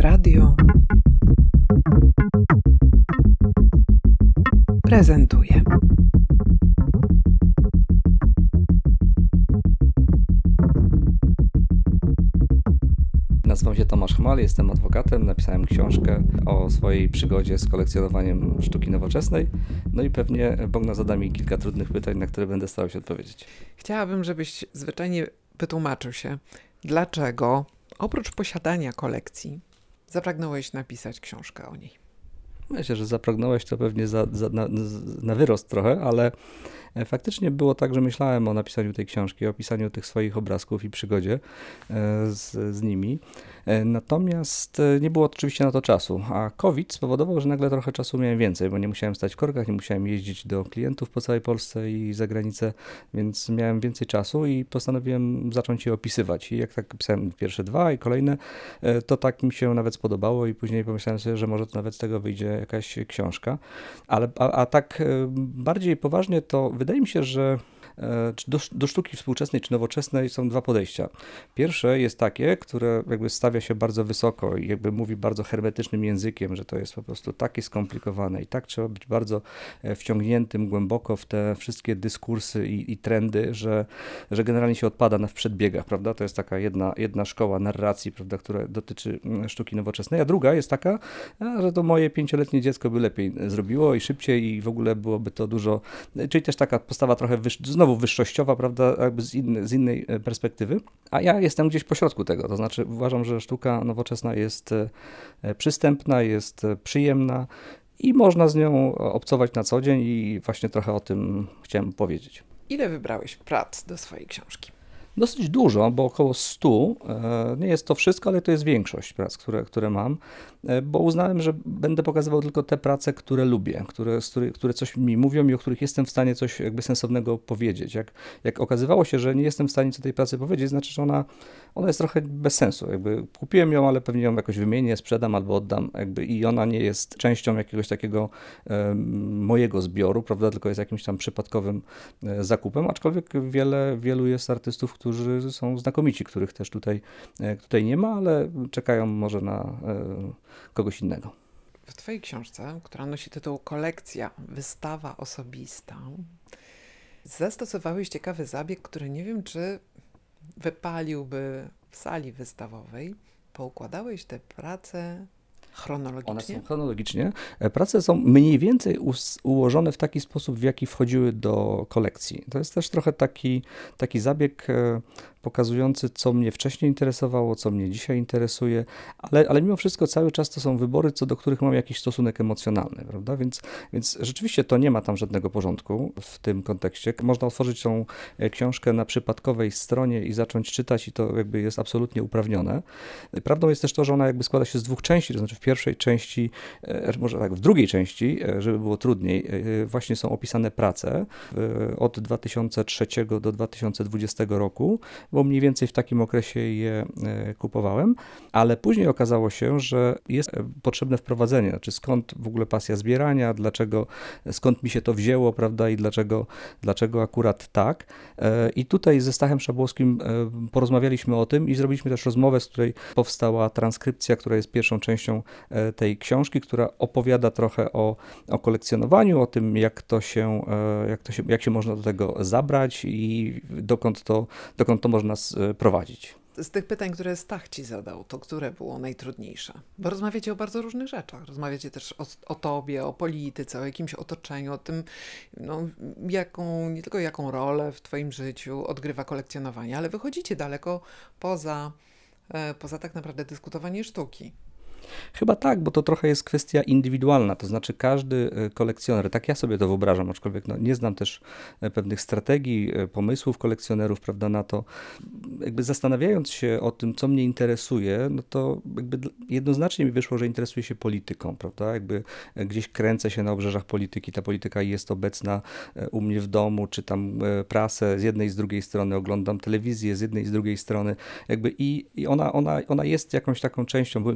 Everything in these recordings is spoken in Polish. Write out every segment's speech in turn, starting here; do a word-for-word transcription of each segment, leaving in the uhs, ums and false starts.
Radio prezentuje. Nazywam się Tomasz Chmal, jestem adwokatem, napisałem książkę o swojej przygodzie z kolekcjonowaniem sztuki nowoczesnej. No i pewnie Bogna zada mi kilka trudnych pytań, na które będę starał się odpowiedzieć. Chciałabym, żebyś zwyczajnie wytłumaczył się, dlaczego oprócz posiadania kolekcji zapragnąłeś napisać książkę o niej. Myślę, że zapragnąłeś to pewnie za, za, na, na wyrost trochę, ale faktycznie było tak, że myślałem o napisaniu tej książki, o opisaniu tych swoich obrazków i przygodzie z, z nimi. Natomiast nie było oczywiście na to czasu, a COVID spowodował, że nagle trochę czasu miałem więcej, bo nie musiałem stać w korkach, nie musiałem jeździć do klientów po całej Polsce i za granicę, więc miałem więcej czasu i postanowiłem zacząć je opisywać. I jak tak pisałem pierwsze dwa i kolejne, to tak mi się nawet spodobało i później pomyślałem sobie, że może to nawet z tego wyjdzie jakaś książka. Ale, a, a tak bardziej poważnie to wydaje mi się, że Do, do sztuki współczesnej czy nowoczesnej są dwa podejścia. Pierwsze jest takie, które jakby stawia się bardzo wysoko i jakby mówi bardzo hermetycznym językiem, że to jest po prostu takie skomplikowane i tak trzeba być bardzo wciągniętym głęboko w te wszystkie dyskursy i, i trendy, że, że generalnie się odpada na w przedbiegach, prawda? To jest taka jedna, jedna szkoła narracji, prawda, która dotyczy sztuki nowoczesnej, a druga jest taka, że to moje pięcioletnie dziecko by lepiej zrobiło i szybciej i w ogóle byłoby to dużo, czyli też taka postawa trochę wyż, znowu wyższościowa, prawda, jakby z, inny, z innej perspektywy, a ja jestem gdzieś pośrodku tego, to znaczy uważam, że sztuka nowoczesna jest przystępna, jest przyjemna i można z nią obcować na co dzień i właśnie trochę o tym chciałem powiedzieć. Ile wybrałeś prac do swojej książki? Dosyć dużo, bo około stu. Nie jest to wszystko, ale to jest większość prac, które, które mam, bo uznałem, że będę pokazywał tylko te prace, które lubię, które, które coś mi mówią i o których jestem w stanie coś jakby sensownego powiedzieć. Jak, jak okazywało się, że nie jestem w stanie co tej pracy powiedzieć, znaczy, że ona, ona jest trochę bez sensu. Jakby kupiłem ją, ale pewnie ją jakoś wymienię, sprzedam albo oddam jakby i ona nie jest częścią jakiegoś takiego e, mojego zbioru, prawda, tylko jest jakimś tam przypadkowym e, zakupem, aczkolwiek wiele, wielu jest artystów, którzy są znakomici, których też tutaj, tutaj nie ma, ale czekają może na kogoś innego. W twojej książce, która nosi tytuł Kolekcja, wystawa osobista, zastosowałeś ciekawy zabieg, który nie wiem, czy wypaliłby w sali wystawowej. Poukładałeś te prace chronologicznie? One są chronologicznie. Prace są mniej więcej us- ułożone w taki sposób, w jaki wchodziły do kolekcji. To jest też trochę taki, taki zabieg e, pokazujący, co mnie wcześniej interesowało, co mnie dzisiaj interesuje, ale, ale mimo wszystko cały czas to są wybory, co do których mam jakiś stosunek emocjonalny, prawda? Więc, więc rzeczywiście to nie ma tam żadnego porządku w tym kontekście. Można otworzyć tą książkę na przypadkowej stronie i zacząć czytać i to jakby jest absolutnie uprawnione. Prawdą jest też to, że ona jakby składa się z dwóch części, to znaczy w pierwszej części, może tak, w drugiej części, żeby było trudniej, właśnie są opisane prace od dwa tysiące trzeciego do dwa tysiące dwudziestego roku, bo mniej więcej w takim okresie je kupowałem, ale później okazało się, że jest potrzebne wprowadzenie, znaczy skąd w ogóle pasja zbierania, dlaczego, skąd mi się to wzięło, prawda, i dlaczego, dlaczego akurat tak. I tutaj ze Stachem Szabłowskim porozmawialiśmy o tym i zrobiliśmy też rozmowę, z której powstała transkrypcja, która jest pierwszą częścią tej książki, która opowiada trochę o, o kolekcjonowaniu, o tym, jak to się, jak to się, jak się można do tego zabrać i dokąd to, dokąd to można prowadzić. Z tych pytań, które Stach ci zadał, to które było najtrudniejsze? Bo rozmawiacie o bardzo różnych rzeczach. Rozmawiacie też o, o tobie, o polityce, o jakimś otoczeniu, o tym, no, jaką, nie tylko jaką rolę w twoim życiu odgrywa kolekcjonowanie, ale wychodzicie daleko poza, poza tak naprawdę dyskutowanie sztuki. Chyba tak, bo to trochę jest kwestia indywidualna, to znaczy każdy kolekcjoner, tak ja sobie to wyobrażam, aczkolwiek no, nie znam też pewnych strategii, pomysłów kolekcjonerów, prawda, na to. Jakby zastanawiając się o tym, co mnie interesuje, no to jakby jednoznacznie mi wyszło, że interesuje się polityką, prawda, jakby gdzieś kręcę się na obrzeżach polityki, ta polityka jest obecna u mnie w domu, czytam prasę z jednej i z drugiej strony, oglądam telewizję z jednej i z drugiej strony, jakby i, i ona, ona, ona jest jakąś taką częścią, byłem kiedyś w jakiejś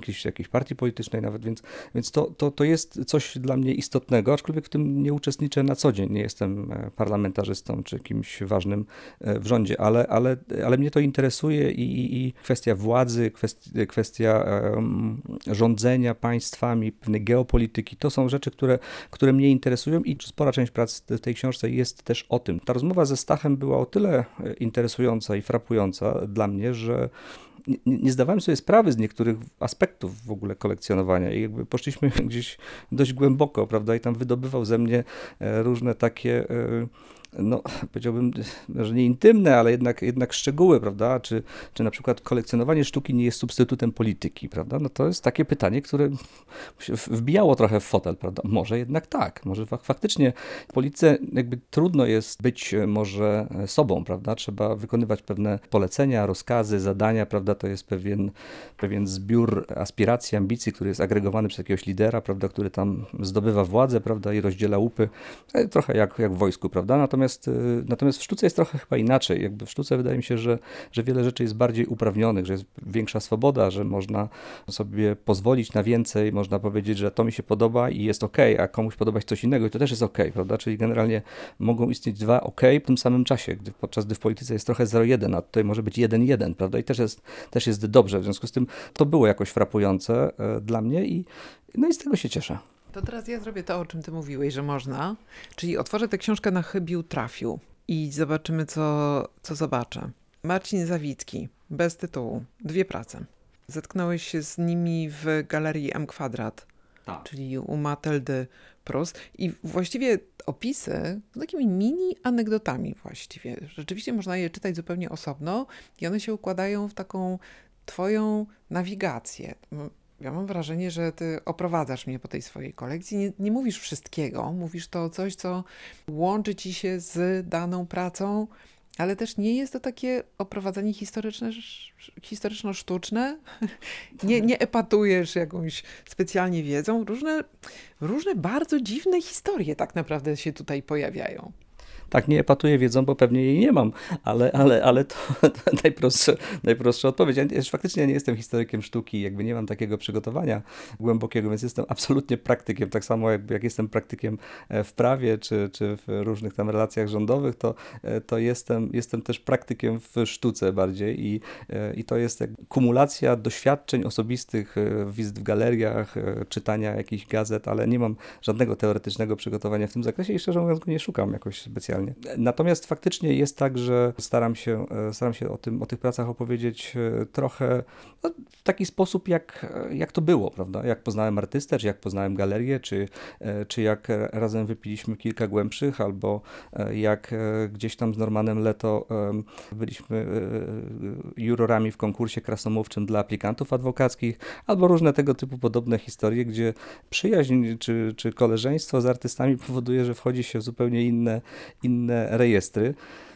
partii politycznej nawet, więc, więc to, to, to jest coś dla mnie istotnego, aczkolwiek w tym nie uczestniczę na co dzień, nie jestem parlamentarzystą czy kimś ważnym w rządzie, ale, ale, ale mnie to interesuje i, i, i kwestia władzy, kwestia, kwestia um, rządzenia państwami, pewnej geopolityki, to są rzeczy, które, które mnie interesują i spora część prac w tej książce jest też o tym. Ta rozmowa ze Stachem była o tyle interesująca i frapująca dla mnie, że nie, nie zdawałem sobie sprawy z niektórych aspektów w ogóle kolekcjonowania i jakby poszliśmy gdzieś dość głęboko, prawda, i tam wydobywał ze mnie różne takie, no powiedziałbym, że nie intymne, ale jednak, jednak szczegóły, prawda, czy, czy na przykład kolekcjonowanie sztuki nie jest substytutem polityki, prawda, no to jest takie pytanie, które wbijało trochę w fotel, prawda, może jednak tak, może faktycznie w polityce jakby trudno jest być może sobą, prawda, trzeba wykonywać pewne polecenia, rozkazy, zadania, prawda, to jest pewien, pewien zbiór aspiracji, ambicji, który jest agregowany przez jakiegoś lidera, prawda, który tam zdobywa władzę, prawda, i rozdziela łupy, trochę jak, jak w wojsku, prawda, natomiast Natomiast, natomiast w sztuce jest trochę chyba inaczej. Jakby w sztuce wydaje mi się, że, że wiele rzeczy jest bardziej uprawnionych, że jest większa swoboda, że można sobie pozwolić na więcej, można powiedzieć, że to mi się podoba i jest okej, a komuś podobać coś innego i to też jest okej, prawda? Czyli generalnie mogą istnieć dwa okej w tym samym czasie, gdy, podczas gdy w polityce jest trochę zero jeden, a tutaj może być jeden jeden, prawda? I też jest, też jest dobrze. W związku z tym to było jakoś frapujące dla mnie i no i z tego się cieszę. To teraz ja zrobię to, o czym ty mówiłeś, że można, czyli otworzę tę książkę na chybił trafił i zobaczymy, co, co zobaczę. Marcin Zawicki, bez tytułu, dwie prace. Zetknąłeś się z nimi w galerii M Kwadrat, tak, czyli u Matyldy Prus i właściwie opisy są takimi mini anegdotami właściwie. Rzeczywiście można je czytać zupełnie osobno i one się układają w taką twoją nawigację. Ja mam wrażenie, że ty oprowadzasz mnie po tej swojej kolekcji. Nie, nie mówisz wszystkiego, mówisz to coś, co łączy ci się z daną pracą, ale też nie jest to takie oprowadzanie historyczne, historyczno-sztuczne. Nie, nie epatujesz jakąś specjalnie wiedzą. Różne, różne bardzo dziwne historie tak naprawdę się tutaj pojawiają. Tak, nie epatuję wiedzą, bo pewnie jej nie mam, ale, ale, ale to, to najprostsza, najprostsza odpowiedź. Ja faktycznie nie jestem historykiem sztuki, jakby nie mam takiego przygotowania głębokiego, więc jestem absolutnie praktykiem, tak samo jakby jak jestem praktykiem w prawie, czy, czy w różnych tam relacjach rządowych, to, to jestem, jestem też praktykiem w sztuce bardziej i, i to jest jak kumulacja doświadczeń osobistych, wizyt w galeriach, czytania jakichś gazet, ale nie mam żadnego teoretycznego przygotowania w tym zakresie i szczerze mówiąc go nie szukam jakoś specjalnie. Natomiast faktycznie jest tak, że staram się, staram się o, tym, o tych pracach opowiedzieć trochę no, w taki sposób, jak, jak to było, prawda? Jak poznałem artystę, czy jak poznałem galerię, czy, czy jak razem wypiliśmy kilka głębszych, albo jak gdzieś tam z Normanem Leto byliśmy jurorami w konkursie krasomówczym dla aplikantów adwokackich, albo różne tego typu podobne historie, gdzie przyjaźń czy, czy koleżeństwo z artystami powoduje, że wchodzi się w zupełnie inne inne rejestry.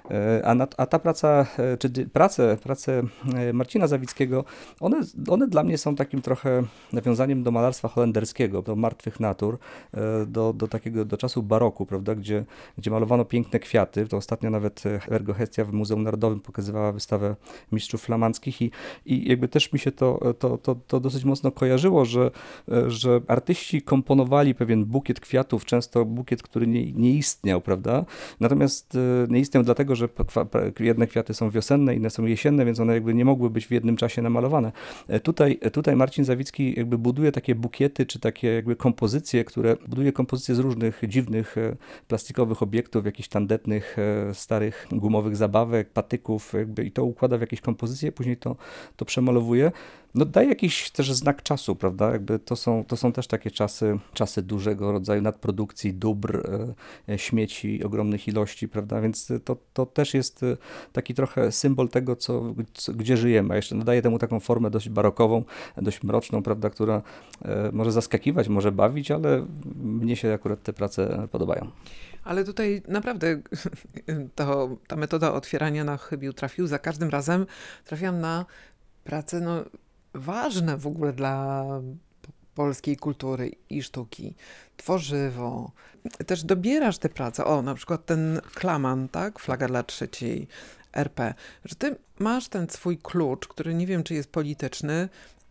A, na, a ta praca, czy prace, prace Marcina Zawickiego, one, one dla mnie są takim trochę nawiązaniem do malarstwa holenderskiego, do martwych natur, do, do takiego, do czasu baroku, prawda, gdzie, gdzie malowano piękne kwiaty. To ostatnio nawet Ergo Hestia w Muzeum Narodowym pokazywała wystawę mistrzów flamandzkich i, i jakby też mi się to, to, to, to dosyć mocno kojarzyło, że, że artyści komponowali pewien bukiet kwiatów, często bukiet, który nie, nie istniał, prawda, natomiast nie istniał dlatego, że jedne kwiaty są wiosenne, inne są jesienne, więc one jakby nie mogły być w jednym czasie namalowane. Tutaj, tutaj Marcin Zawicki jakby buduje takie bukiety, czy takie jakby kompozycje, które buduje kompozycje z różnych dziwnych plastikowych obiektów, jakichś tandetnych, starych gumowych zabawek, patyków jakby i to układa w jakieś kompozycje, później to, to przemalowuje. No daje jakiś też znak czasu, prawda? Jakby to są, to są też takie czasy, czasy dużego rodzaju nadprodukcji, dóbr, e, śmieci, ogromnych ilości, prawda? Więc to, to też jest taki trochę symbol tego, co, co, gdzie żyjemy. A jeszcze nadaje temu taką formę dość barokową, dość mroczną, prawda? Która e, może zaskakiwać, może bawić, ale mnie się akurat te prace podobają. Ale tutaj naprawdę to, ta metoda otwierania na chybił trafił. Za każdym razem trafiam na prace, no ważne w ogóle dla polskiej kultury i sztuki. Tworzywo. Też dobierasz te prace. O, na przykład ten Klaman, tak? Flaga dla trzeciej R P. Że ty masz ten swój klucz, który nie wiem, czy jest polityczny,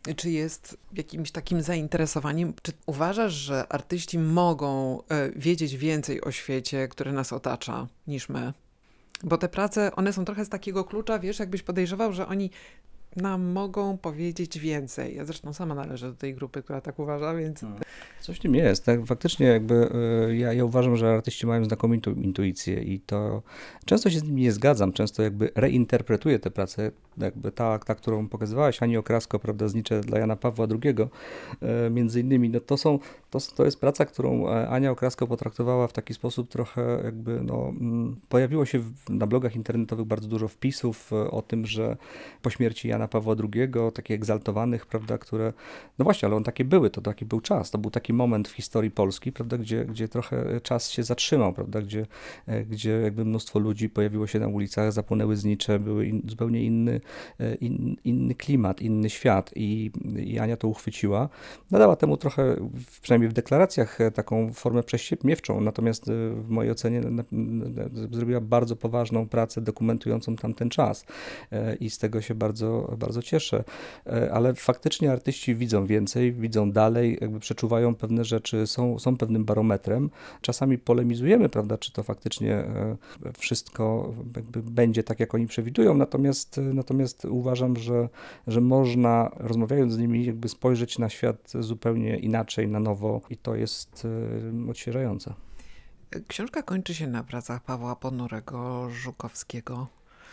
Czy jest jakimś takim zainteresowaniem? Czy uważasz, że artyści mogą e, wiedzieć więcej o świecie, który nas otacza, niż my? Bo te prace, one są trochę z takiego klucza, wiesz, jakbyś podejrzewał, że oni nam mogą powiedzieć więcej. Ja zresztą sama należę do tej grupy, która tak uważa, więc Coś w tym jest. Tak, faktycznie jakby y, ja, ja uważam, że artyści mają znakomitą intuicję i to często się z nimi nie zgadzam, często jakby reinterpretuję tę pracę, jakby ta, ta którą pokazywałaś, Ani Okrasko, prawda, znicze dla Jana Pawła drugiego, y, między innymi, no to są, to, to jest praca, którą Ania Okrasko potraktowała w taki sposób trochę jakby, no, mm, pojawiło się w, na blogach internetowych bardzo dużo wpisów y, o tym, że po śmierci Jana Pawła drugiego, takich egzaltowanych, prawda, które, no właśnie, ale on takie były, to taki był czas, to był taki moment w historii Polski, prawda, gdzie, gdzie trochę czas się zatrzymał, prawda, gdzie, e, gdzie jakby mnóstwo ludzi pojawiło się na ulicach, zapłonęły znicze, były in, zupełnie inny, e, in, inny klimat, inny świat i, i Ania to uchwyciła. Nadała temu trochę, w- przynajmniej w deklaracjach, e, taką formę prześmiewczą, natomiast e, w mojej ocenie na, na, zrobiła bardzo poważną pracę dokumentującą tamten czas e, i z tego się bardzo, bardzo cieszę. E, Ale faktycznie artyści widzą więcej, widzą dalej, jakby przeczuwają pewne rzeczy, są, są pewnym barometrem. Czasami polemizujemy, prawda, czy to faktycznie e, wszystko jakby będzie tak, jak oni przewidują, natomiast, natomiast uważam, że, że można, rozmawiając z nimi, jakby spojrzeć na świat zupełnie inaczej, na nowo i to jest e, odświeżające. książka kończy się na pracach Pawła Ponurego Żukowskiego.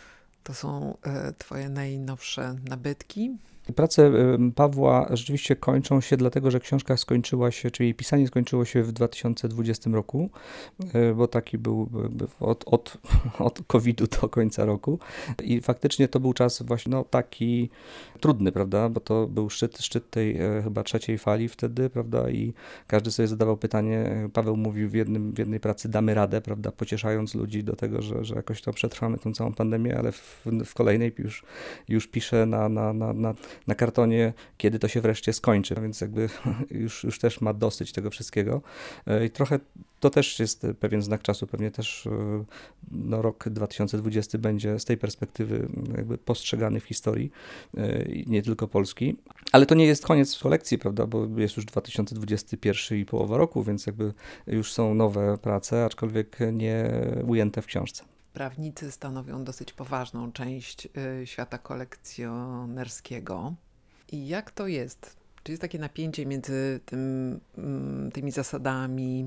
To są e, twoje najnowsze nabytki? Prace em, Pawła rzeczywiście kończą się, dlatego że książka skończyła się, czyli jej pisanie skończyło się w dwa tysiące dwudziestym roku, e, bo taki był jakby od, od, od kowida do końca roku. I faktycznie to był czas właśnie no, taki trudny, prawda, bo to był szczyt, szczyt tej e, chyba trzeciej fali wtedy, prawda, i każdy sobie zadawał pytanie, e, Paweł mówił w, jednym, w jednej pracy, damy radę, prawda, pocieszając ludzi do tego, że, że jakoś to przetrwamy tą całą pandemię, ale w, w kolejnej już, już pisze na, na, na, na na kartonie, kiedy to się wreszcie skończy, a więc jakby już, już też ma dosyć tego wszystkiego. E, I trochę to też jest pewien znak czasu, pewnie też e, no, rok dwa tysiące dwudziesty będzie z tej perspektywy jakby postrzegany w historii, e, i nie tylko Polski. Ale to nie jest koniec kolekcji, prawda, bo jest już dwa tysiące dwudziesty pierwszy i połowa roku, więc jakby już są nowe prace, aczkolwiek nie ujęte w książce. Prawnicy stanowią dosyć poważną część y, świata kolekcjonerskiego. I jak to jest? Czy jest takie napięcie między tym, mm, tymi zasadami,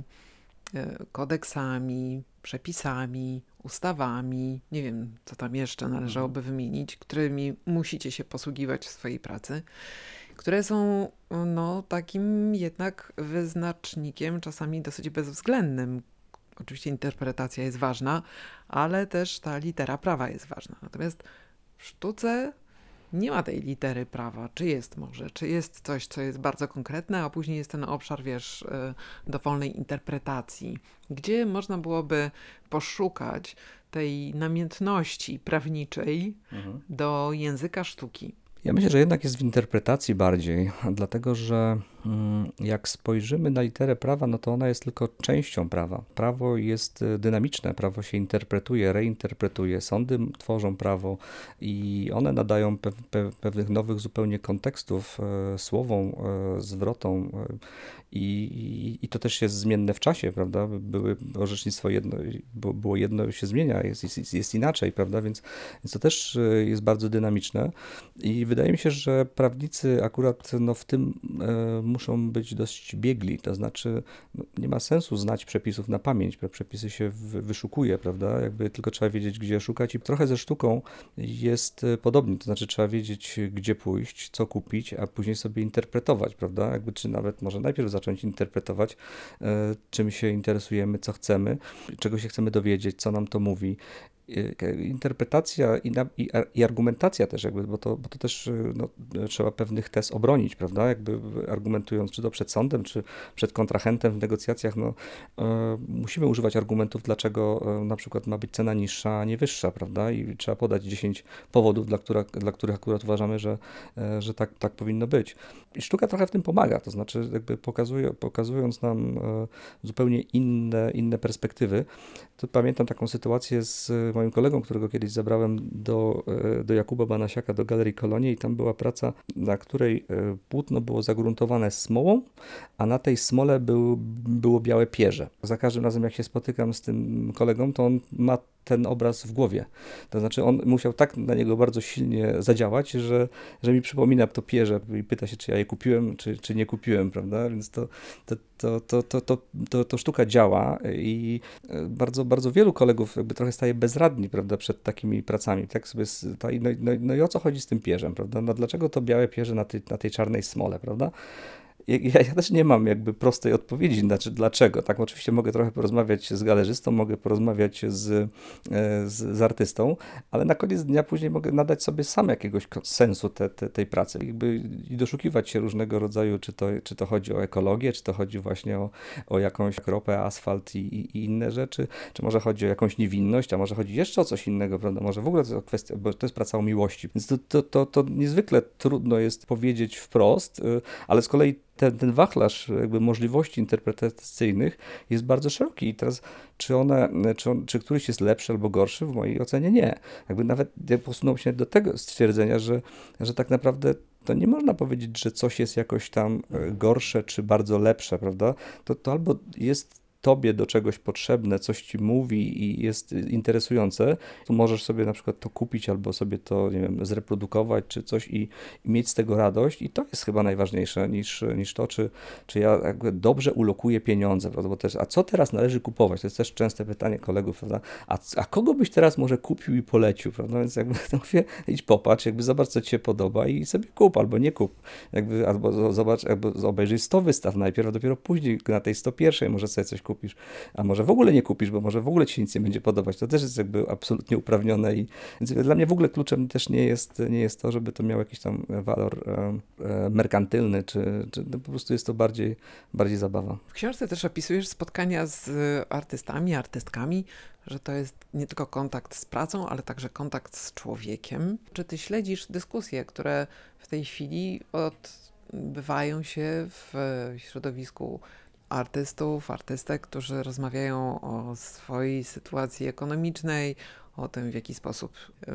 y, kodeksami, przepisami, ustawami, nie wiem, co tam jeszcze należałoby wymienić, którymi musicie się posługiwać w swojej pracy, które są no, takim jednak wyznacznikiem, czasami dosyć bezwzględnym. Oczywiście interpretacja jest ważna, ale też ta litera prawa jest ważna. Natomiast w sztuce nie ma tej litery prawa. Czy jest może? Czy jest coś, co jest bardzo konkretne, a później jest ten obszar, wiesz, y, dowolnej interpretacji, gdzie można byłoby poszukać tej namiętności prawniczej do języka sztuki. Ja myślę, że jednak jest w interpretacji bardziej, dlatego że mm, jak spojrzymy na literę prawa, no to ona jest tylko częścią prawa. Prawo jest y, dynamiczne, prawo się interpretuje, reinterpretuje, sądy m- tworzą prawo i one nadają pew, pe, pewnych nowych zupełnie kontekstów e, słowom, e, zwrotom e, i, i, i to też jest zmienne w czasie, prawda? Były orzecznictwo jedno, było było jedno się zmienia, jest, jest, jest inaczej, prawda? Więc, więc to też e, jest bardzo dynamiczne. I wydaje mi się, że prawnicy akurat no, w tym e, muszą być dość biegli, to znaczy no, nie ma sensu znać przepisów na pamięć, bo przepisy się wy, wyszukuje, prawda, jakby tylko trzeba wiedzieć, gdzie szukać i trochę ze sztuką jest e, podobnie, to znaczy trzeba wiedzieć, gdzie pójść, co kupić, a później sobie interpretować, prawda, jakby czy nawet może najpierw zacząć interpretować, e, czym się interesujemy, co chcemy, czego się chcemy dowiedzieć, co nam to mówi. Y, interpretacja i, na, i, ar- i argumentacja też jakby, bo to, bo to też y, no, trzeba pewnych tez obronić, prawda, jakby argumentując czy to przed sądem, czy przed kontrahentem w negocjacjach, no e, musimy używać argumentów, dlaczego e, na przykład ma być cena niższa, a nie wyższa, prawda, i trzeba podać dziesięć powodów, dla, która, dla których akurat uważamy, że, e, że tak, tak powinno być. I sztuka trochę w tym pomaga, to znaczy jakby pokazuje, pokazując nam e, zupełnie inne, inne perspektywy. To pamiętam taką sytuację z moim kolegą, którego kiedyś zabrałem do, do Jakuba Banasiaka, do Galerii Kolonie i tam była praca, na której płótno było zagruntowane smołą, a na tej smole był, było białe pierze. Za każdym razem, jak się spotykam z tym kolegą, to on ma ten obraz w głowie. To znaczy on musiał tak na niego bardzo silnie zadziałać, że, że mi przypomina to pierze i pyta się, czy ja je kupiłem, czy, czy nie kupiłem, prawda? Więc to, to, to, to, to, to, to, to sztuka działa i bardzo, bardzo wielu kolegów jakby trochę staje bezradni, prawda, przed takimi pracami. Tak sobie, no, no, no, no i o co chodzi z tym pierzem, prawda? No dlaczego to białe pierze na tej, na tej czarnej smole, prawda? Ja, ja też nie mam jakby prostej odpowiedzi, znaczy dlaczego. Tak, oczywiście mogę trochę porozmawiać z galerzystą, mogę porozmawiać z, z, z artystą, ale na koniec dnia później mogę nadać sobie sam jakiegoś sensu te, te, tej pracy jakby i doszukiwać się różnego rodzaju, czy to, czy to chodzi o ekologię, czy to chodzi właśnie o, o jakąś ropę, asfalt i, i, i inne rzeczy, czy może chodzi o jakąś niewinność, a może chodzi jeszcze o coś innego, prawda, może w ogóle to jest kwestia, bo to jest praca o miłości, więc to, to, to, to niezwykle trudno jest powiedzieć wprost, ale z kolei Ten, ten wachlarz jakby możliwości interpretacyjnych jest bardzo szeroki i teraz czy one, czy, on, czy któryś jest lepszy albo gorszy, w mojej ocenie nie. Jakby nawet ja posunął się do tego stwierdzenia, że, że tak naprawdę to nie można powiedzieć, że coś jest jakoś tam gorsze czy bardzo lepsze, prawda? To, to albo jest tobie do czegoś potrzebne, coś ci mówi i jest interesujące, to możesz sobie na przykład to kupić albo sobie to, nie wiem, zreprodukować czy coś i, i mieć z tego radość i to jest chyba najważniejsze niż, niż to, czy, czy ja jakby dobrze ulokuję pieniądze, prawda? Bo też, a co teraz należy kupować? To jest też częste pytanie kolegów, prawda? A, a kogo byś teraz może kupił i polecił, prawda? Więc jakby to mówię, idź popatrz, jakby zobacz, co ci się podoba i sobie kup albo nie kup. Jakby, albo zobacz, albo obejrzyj sto wystaw najpierw, a dopiero później na tej sto pierwszej może sobie coś kupić. Kupisz, a może w ogóle nie kupisz, bo może w ogóle ci nic nie będzie podobać. To też jest jakby absolutnie uprawnione i więc dla mnie w ogóle kluczem też nie jest, nie jest to, żeby to miało jakiś tam walor e, e, merkantylny, czy, czy no po prostu jest to bardziej, bardziej zabawa. W książce też opisujesz spotkania z artystami, artystkami, że to jest nie tylko kontakt z pracą, ale także kontakt z człowiekiem. Czy ty śledzisz dyskusje, które w tej chwili odbywają się w środowisku artystów, artystek, którzy rozmawiają o swojej sytuacji ekonomicznej, o tym, w jaki sposób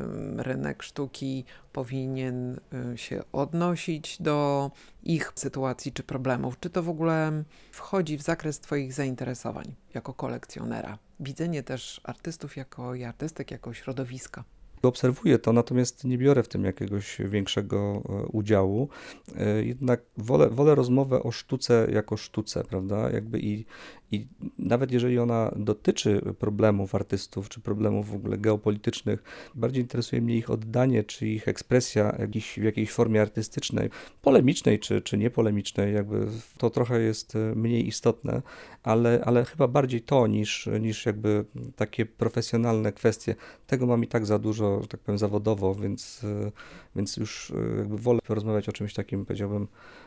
rynek sztuki powinien się odnosić do ich sytuacji czy problemów. Czy to w ogóle wchodzi w zakres twoich zainteresowań jako kolekcjonera? Widzenie też artystów jako i artystek jako środowiska. Obserwuję to, natomiast nie biorę w tym jakiegoś większego udziału. Jednak wolę, wolę rozmowę o sztuce jako sztuce, prawda? Jakby i, i nawet jeżeli ona dotyczy problemów artystów, czy problemów w ogóle geopolitycznych, bardziej interesuje mnie ich oddanie, czy ich ekspresja jakiś, w jakiejś formie artystycznej, polemicznej, czy, czy niepolemicznej, jakby to trochę jest mniej istotne, ale, ale chyba bardziej to niż, niż jakby takie profesjonalne kwestie. Tego mam i tak za dużo, że tak powiem, zawodowo, więc, więc już jakby wolę porozmawiać o czymś takim, powiedziałbym,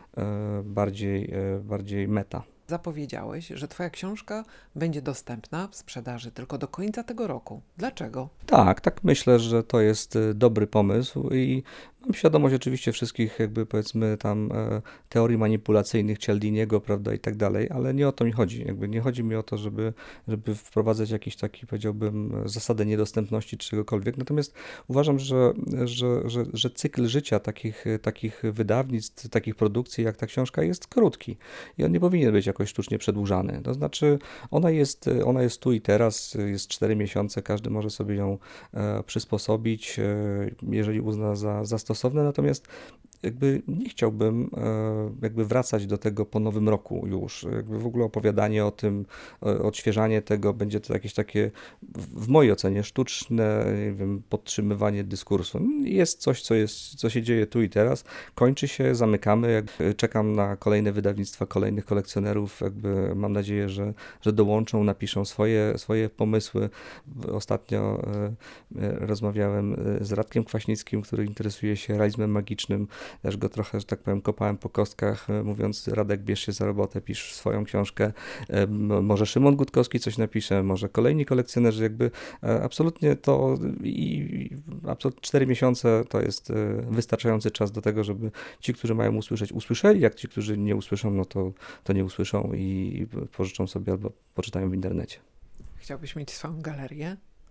bardziej, bardziej meta. Zapowiedziałeś, że twoja książka będzie dostępna w sprzedaży tylko do końca tego roku. Dlaczego? Tak, tak myślę, że to jest dobry pomysł i mam świadomość oczywiście wszystkich jakby powiedzmy tam e, teorii manipulacyjnych Cialdiniego, prawda, i tak dalej, ale nie o to mi chodzi. Jakby nie chodzi mi o to, żeby, żeby wprowadzać jakiś taki, powiedziałbym, zasadę niedostępności czy czegokolwiek. Natomiast uważam, że, że, że, że cykl życia takich, takich wydawnictw, takich produkcji jak ta książka jest krótki i on nie powinien być jakoś sztucznie przedłużany. To znaczy ona jest, ona jest tu i teraz, jest cztery miesiące, każdy może sobie ją e, przysposobić, e, jeżeli uzna za, za stosowne, natomiast jakby nie chciałbym jakby wracać do tego po nowym roku już. Jakby w ogóle opowiadanie o tym, odświeżanie tego, będzie to jakieś takie, w mojej ocenie, sztuczne, nie wiem, podtrzymywanie dyskursu. Jest coś, co jest, co się dzieje tu i teraz. Kończy się, zamykamy. Czekam na kolejne wydawnictwa, kolejnych kolekcjonerów. Jakby mam nadzieję, że, że dołączą, napiszą swoje, swoje pomysły. Ostatnio rozmawiałem z Radkiem Kwaśnickim, który interesuje się realizmem magicznym. Też go trochę, że tak powiem, kopałem po kostkach, mówiąc: Radek, bierz się za robotę, pisz swoją książkę. Może Szymon Gutkowski coś napisze, może kolejni kolekcjonerzy, jakby absolutnie to i absolutnie cztery miesiące to jest wystarczający czas do tego, żeby ci, którzy mają usłyszeć, usłyszeli, jak ci, którzy nie usłyszą, no to, to nie usłyszą i pożyczą sobie albo poczytają w internecie. Chciałbyś mieć swoją galerię?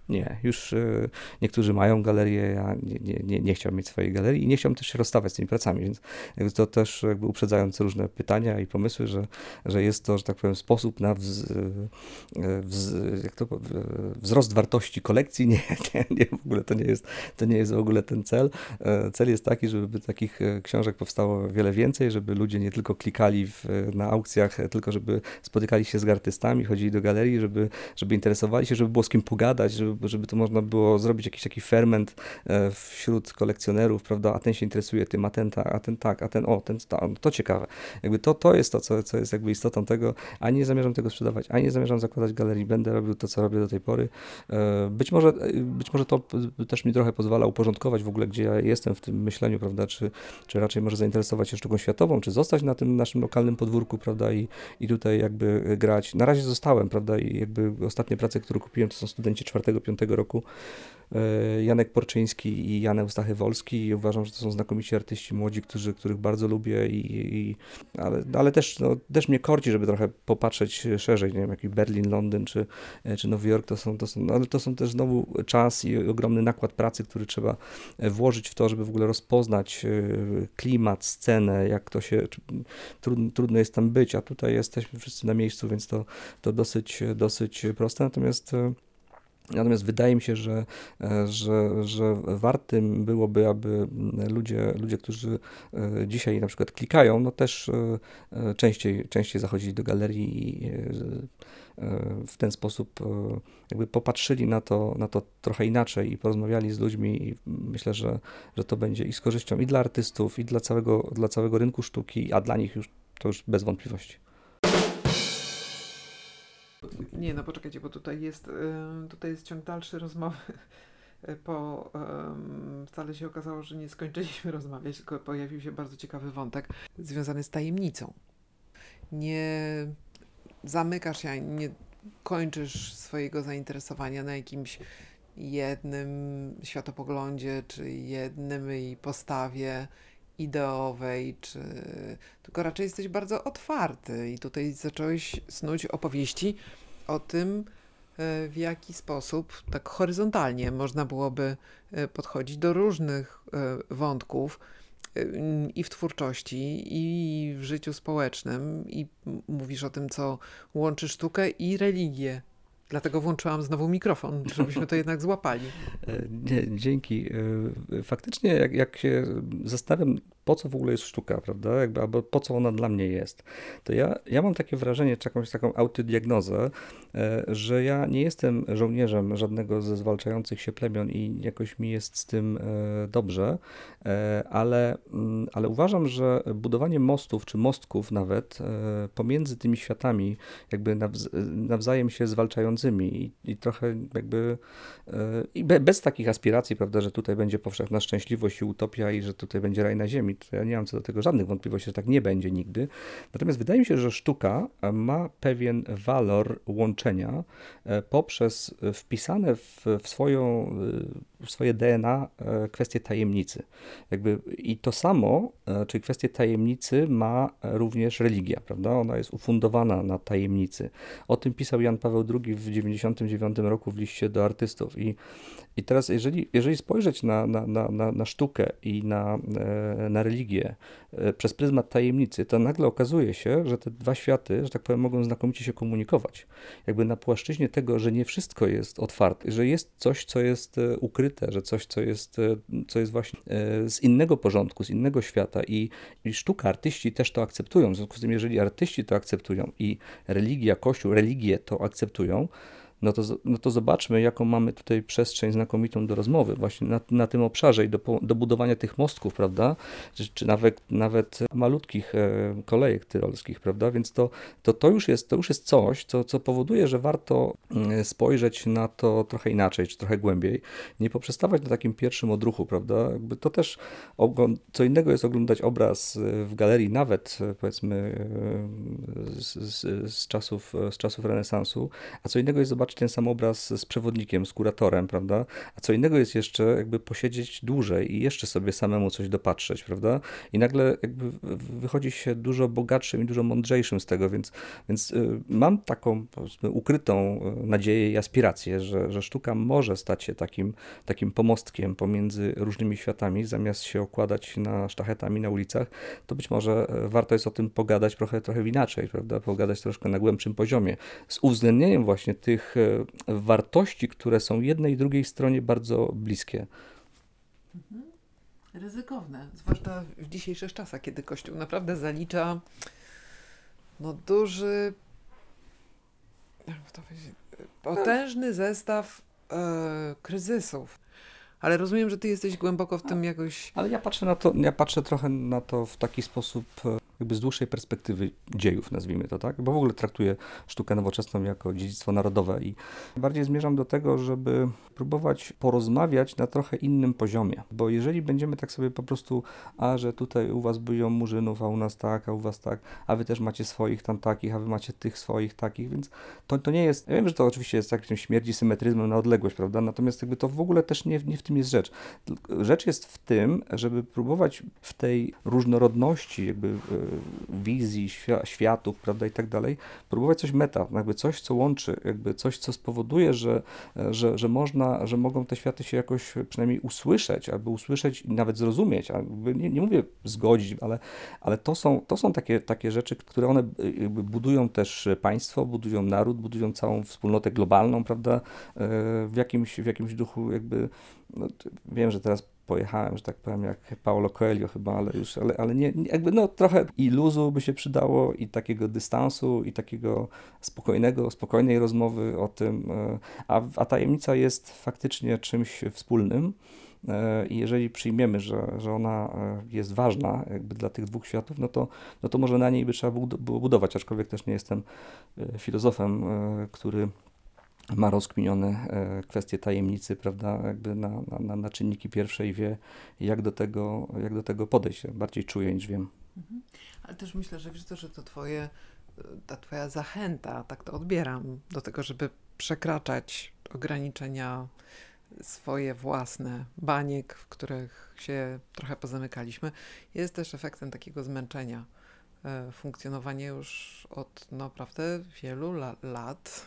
Nie, już y, niektórzy mają galerię, ja nie, nie, nie, nie chciałem mieć swojej galerii i nie chciałem też się rozstawać z tymi pracami, więc jakby to też jakby uprzedzając różne pytania i pomysły, że, że jest to, że tak powiem, sposób na wz, wz, jak to, wzrost wartości kolekcji. Nie, nie, nie, w ogóle to nie jest, to nie jest w ogóle ten cel. Cel jest taki, żeby takich książek powstało wiele więcej, żeby ludzie nie tylko klikali w, na aukcjach, tylko żeby spotykali się z artystami, chodzili do galerii, żeby, żeby interesowali się, żeby było z kim pogadać, żeby, żeby to można było zrobić jakiś taki ferment wśród kolekcjonerów, prawda, a ten się interesuje tym, a ten tak, a ten tak, a ten o, ten ta, to ciekawe. Jakby to, to jest to, co, co jest jakby istotą tego, a nie zamierzam tego sprzedawać, a nie zamierzam zakładać galerii, będę robił to, co robię do tej pory. Być może, być może to też mi trochę pozwala uporządkować w ogóle, gdzie ja jestem w tym myśleniu, prawda, czy, czy raczej może zainteresować się sztuką światową, czy zostać na tym naszym lokalnym podwórku, prawda, i, i tutaj jakby grać. Na razie zostałem, prawda, i jakby ostatnie prace, które kupiłem, to są studenci czwartego, piątego roku, Janek Porczyński i Jan Eustachy-Wolski i uważam, że to są znakomici artyści młodzi, którzy, których bardzo lubię, i, i, ale, ale też, no, też mnie korci, żeby trochę popatrzeć szerzej, nie wiem, jaki Berlin, Londyn czy, czy Nowy Jork, to są, to są, no, ale to są też znowu czas i ogromny nakład pracy, który trzeba włożyć w to, żeby w ogóle rozpoznać klimat, scenę, jak to się, trudno, trudno jest tam być, a tutaj jesteśmy wszyscy na miejscu, więc to, to dosyć, dosyć proste, natomiast Natomiast wydaje mi się, że, że, że wartym byłoby, aby ludzie, ludzie, którzy dzisiaj na przykład klikają, no też częściej, częściej zachodzili do galerii i w ten sposób jakby popatrzyli na to, na to trochę inaczej i porozmawiali z ludźmi, i myślę, że, że to będzie i z korzyścią i dla artystów, i dla całego, dla całego rynku sztuki, a dla nich już to już bez wątpliwości. Nie, no poczekajcie, bo tutaj jest, y, tutaj jest ciąg dalszy rozmowy, bo y, wcale się okazało, że nie skończyliśmy rozmawiać, tylko pojawił się bardzo ciekawy wątek związany z tajemnicą. Nie zamykasz się, nie kończysz swojego zainteresowania na jakimś jednym światopoglądzie, czy jednej postawie ideowej, czy tylko raczej jesteś bardzo otwarty i tutaj zacząłeś snuć opowieści o tym, w jaki sposób tak horyzontalnie można byłoby podchodzić do różnych wątków i w twórczości, i w życiu społecznym, i mówisz o tym, co łączy sztukę i religię. Dlatego włączyłam znowu mikrofon, żebyśmy to jednak złapali. Dzięki. Faktycznie, jak, jak się zastanawiam, po co w ogóle jest sztuka, prawda? Jakby, albo po co ona dla mnie jest, to ja, ja mam takie wrażenie, czy jakąś taką autodiagnozę, że ja nie jestem żołnierzem żadnego ze zwalczających się plemion i jakoś mi jest z tym dobrze, ale, ale uważam, że budowanie mostów, czy mostków nawet pomiędzy tymi światami, jakby nawzajem się zwalczającymi i, i trochę jakby i be, bez takich aspiracji, prawda, że tutaj będzie powszechna szczęśliwość i utopia i że tutaj będzie raj na ziemi, to ja nie mam co do tego żadnych wątpliwości, że tak nie będzie nigdy. Natomiast wydaje mi się, że sztuka ma pewien walor łączenia poprzez wpisane w, w, swoją, w swoje D N A kwestie tajemnicy. Jakby i to samo, czyli kwestię tajemnicy ma również religia, prawda? Ona jest ufundowana na tajemnicy. O tym pisał Jan Paweł drugi w dziewięćdziesiątym dziewiątym roku w liście do artystów. I, i teraz, jeżeli, jeżeli spojrzeć na, na, na, na, na sztukę i na, na religię przez pryzmat tajemnicy, to nagle okazuje się, że te dwa światy, że tak powiem, mogą znakomicie się komunikować. Jakby na płaszczyźnie tego, że nie wszystko jest otwarte, że jest coś, co jest ukryte, że coś, co jest, co jest właśnie z innego porządku, z innego świata i, i sztuka, artyści też to akceptują. W związku z tym, jeżeli artyści to akceptują i religia, Kościół, religie to akceptują, no to, no to zobaczmy, jaką mamy tutaj przestrzeń znakomitą do rozmowy właśnie na, na tym obszarze i do, do budowania tych mostków, prawda, czy, czy nawet, nawet malutkich e, kolejek tyrolskich, prawda, więc to, to, to, już jest, to już jest coś, co, co powoduje, że warto spojrzeć na to trochę inaczej, czy trochę głębiej, nie poprzestawać na takim pierwszym odruchu, prawda, jakby to też, co innego jest oglądać obraz w galerii, nawet powiedzmy z, z, z, czasów, z czasów renesansu, a co innego jest zobaczyć zobaczyć ten sam obraz z przewodnikiem, z kuratorem, prawda? A co innego jest jeszcze jakby posiedzieć dłużej i jeszcze sobie samemu coś dopatrzeć, prawda? I nagle jakby wychodzi się dużo bogatszym i dużo mądrzejszym z tego, więc, więc mam taką, powiedzmy, ukrytą nadzieję i aspirację, że, że sztuka może stać się takim, takim pomostkiem pomiędzy różnymi światami, zamiast się okładać na sztachetami na ulicach, to być może warto jest o tym pogadać trochę, trochę inaczej, prawda? Pogadać troszkę na głębszym poziomie, z uwzględnieniem właśnie tych wartości, które są jednej i drugiej stronie bardzo bliskie. Mhm. Ryzykowne, zwłaszcza w dzisiejszych czasach, kiedy Kościół naprawdę zalicza no duży, jak to powiedzieć, potężny zestaw e, kryzysów. Ale rozumiem, że ty jesteś głęboko w tym jakoś... Ale ja patrzę na to, ja patrzę trochę na to w taki sposób, jakby z dłuższej perspektywy dziejów, nazwijmy to, tak? Bo w ogóle traktuję sztukę nowoczesną jako dziedzictwo narodowe i bardziej zmierzam do tego, żeby próbować porozmawiać na trochę innym poziomie. Bo jeżeli będziemy tak sobie po prostu, a że tutaj u was biją murzynów, a u nas tak, a u was tak, a wy też macie swoich tam takich, a wy macie tych swoich takich, więc to, to nie jest, ja wiem, że to oczywiście jest jakimś śmierdzi symetryzmem na odległość, prawda? Natomiast jakby to w ogóle też nie, nie w tym jest rzecz. Rzecz jest w tym, żeby próbować w tej różnorodności jakby wizji, światów, prawda, i tak dalej, próbować coś meta, jakby coś, co łączy, jakby coś, co spowoduje, że, że, że można, że mogą te światy się jakoś przynajmniej usłyszeć, albo usłyszeć i nawet zrozumieć, jakby nie, nie mówię zgodzić, ale, ale to są, to są takie, takie rzeczy, które one jakby budują też państwo, budują naród, budują całą wspólnotę globalną, prawda, w jakimś, w jakimś duchu jakby, no, wiem, że teraz pojechałem, że tak powiem, jak Paulo Coelho chyba, ale już, ale, ale nie, jakby no trochę i luzu by się przydało, i takiego dystansu, i takiego spokojnego, spokojnej rozmowy o tym, a, a tajemnica jest faktycznie czymś wspólnym. I jeżeli przyjmiemy, że, że ona jest ważna jakby dla tych dwóch światów, no to, no to może na niej by trzeba było budować, aczkolwiek też nie jestem filozofem, który ma rozkminione kwestie tajemnicy, prawda, jakby na, na, na czynniki pierwsze i wie, jak do tego, jak do tego podejść. Bardziej czuję niż wiem. Mhm. Ale też myślę, że wiesz to, że to twoje, ta twoja zachęta, tak to odbieram, do tego, żeby przekraczać ograniczenia swoje własne, baniek, w których się trochę pozamykaliśmy, jest też efektem takiego zmęczenia. Funkcjonowanie już od naprawdę wielu la- lat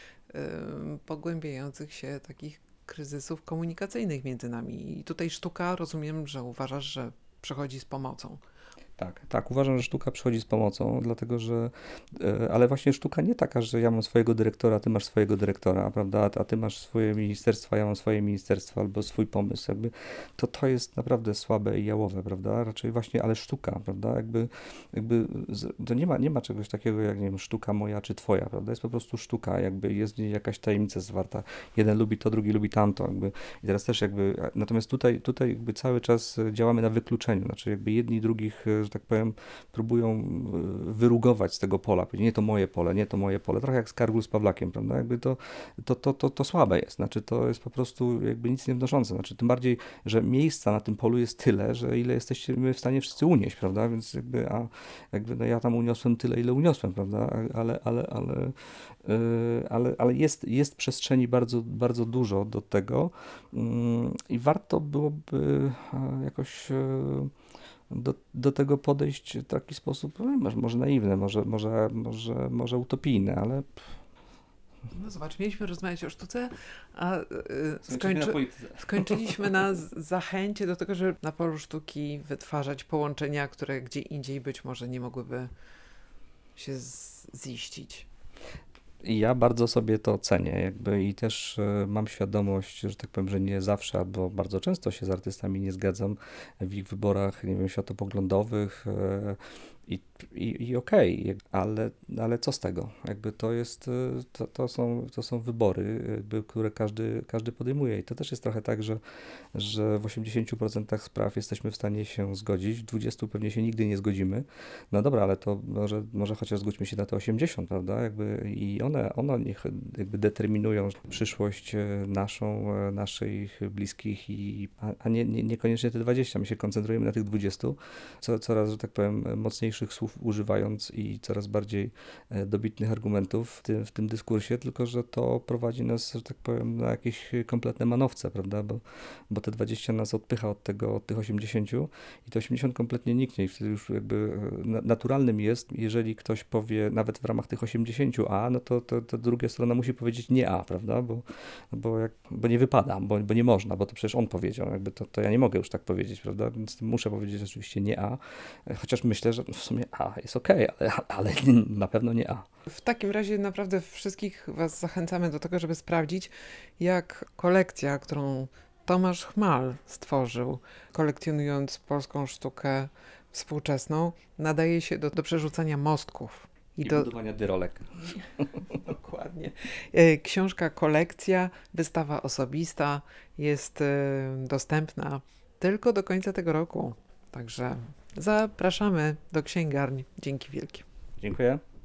pogłębiających się takich kryzysów komunikacyjnych między nami. I tutaj sztuka, rozumiem, że uważasz, że przychodzi z pomocą. Tak, tak, uważam, że sztuka przychodzi z pomocą, dlatego że, ale właśnie sztuka nie taka, że ja mam swojego dyrektora, ty masz swojego dyrektora, prawda, a ty masz swoje ministerstwa, ja mam swoje ministerstwo, albo swój pomysł, jakby to to jest naprawdę słabe i jałowe, prawda, raczej właśnie, ale sztuka, prawda, jakby, jakby to nie ma, nie ma czegoś takiego jak, nie wiem, sztuka moja czy twoja, prawda, jest po prostu sztuka, jakby jest w niej jakaś tajemnica zwarta, jeden lubi to, drugi lubi tamto, jakby i teraz też jakby, natomiast tutaj, tutaj jakby cały czas działamy na wykluczeniu, znaczy jakby jedni drugich, że tak powiem, próbują wyrugować z tego pola. Nie, to moje pole, nie, to moje pole. Trochę jak Skargul z Pawlakiem, prawda? Jakby to, to, to, to, to słabe jest. Znaczy to jest po prostu jakby nic nie wnoszące. Znaczy tym bardziej, że miejsca na tym polu jest tyle, że ile jesteśmy w stanie wszyscy unieść, prawda? Więc jakby, a jakby no ja tam uniosłem tyle, ile uniosłem, prawda? Ale, ale, ale, yy, ale, ale jest, jest przestrzeni bardzo, bardzo dużo do tego yy, i warto byłoby jakoś yy, Do, do tego podejść w taki sposób, no, może naiwny, może, może, może, może utopijny, ale... No zobacz, mieliśmy rozmawiać o sztuce, a y, skończy, skończyliśmy na zachęcie do tego, żeby na polu sztuki wytwarzać połączenia, które gdzie indziej być może nie mogłyby się z, ziścić. Ja bardzo sobie to cenię jakby i też y, mam świadomość, że tak powiem, że nie zawsze, albo bardzo często się z artystami nie zgadzam w ich wyborach, nie wiem, światopoglądowych y, i, i, i okej, okay, ale, ale co z tego? Jakby to jest, to, to, są, to są wybory, jakby, które każdy, każdy podejmuje i to też jest trochę tak, że, że w osiemdziesięciu procentach spraw jesteśmy w stanie się zgodzić, w dwudziestu procentach pewnie się nigdy nie zgodzimy. No dobra, ale to może, może chociaż zgódźmy się na te osiemdziesiąt, prawda? Jakby i one, one niech jakby determinują przyszłość naszą, naszych bliskich, i, a, a nie, nie, niekoniecznie te dwadzieścia. My się koncentrujemy na tych dwudziestu, co, coraz, że tak powiem, mocniejszych słów słów używając i coraz bardziej e, dobitnych argumentów w tym, w tym dyskursie, tylko że to prowadzi nas, że tak powiem, na jakieś kompletne manowce, prawda, bo, bo te dwadzieścia nas odpycha od tego, od tych osiemdziesięciu i to osiemdziesiąt kompletnie niknie i wtedy już jakby e, na- naturalnym jest, jeżeli ktoś powie nawet w ramach tych osiemdziesięciu A, no to, to, to druga strona musi powiedzieć nie A, prawda, bo, bo, jak, bo nie wypada, bo, bo nie można, bo to przecież on powiedział, jakby to, to ja nie mogę już tak powiedzieć, prawda, więc muszę powiedzieć oczywiście nie A, chociaż myślę, że w sumie A jest okej, ale, ale na pewno nie A. W takim razie naprawdę wszystkich Was zachęcamy do tego, żeby sprawdzić, jak kolekcja, którą Tomasz Chmal stworzył, kolekcjonując polską sztukę współczesną, nadaje się do, do przerzucania mostków. I, do budowania dyrolek. Dokładnie. E, Książka Kolekcja, wystawa osobista jest e, dostępna tylko do końca tego roku. Także zapraszamy do księgarni. Dzięki wielkie. Dziękuję.